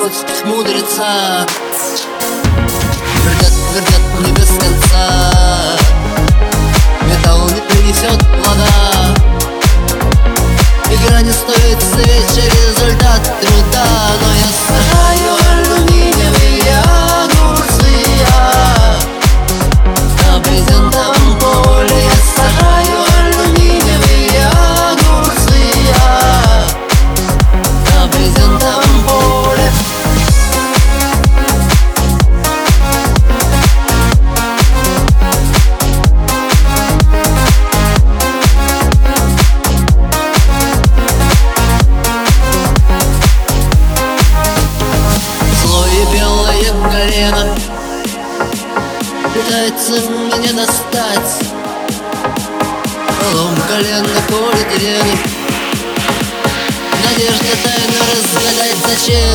хоть мудреца. Твердят не без конца, металл не принесет плода. Игра не стоит свечи, результат труда. Но я сажаю алюминиевые огурцы, на брезентовом поле. Я сажаю алюминиевые огурцы, на брезентовом поле. Колено пытается меня достать, полом колен на поле терена. Надежда тайно разгадать, зачем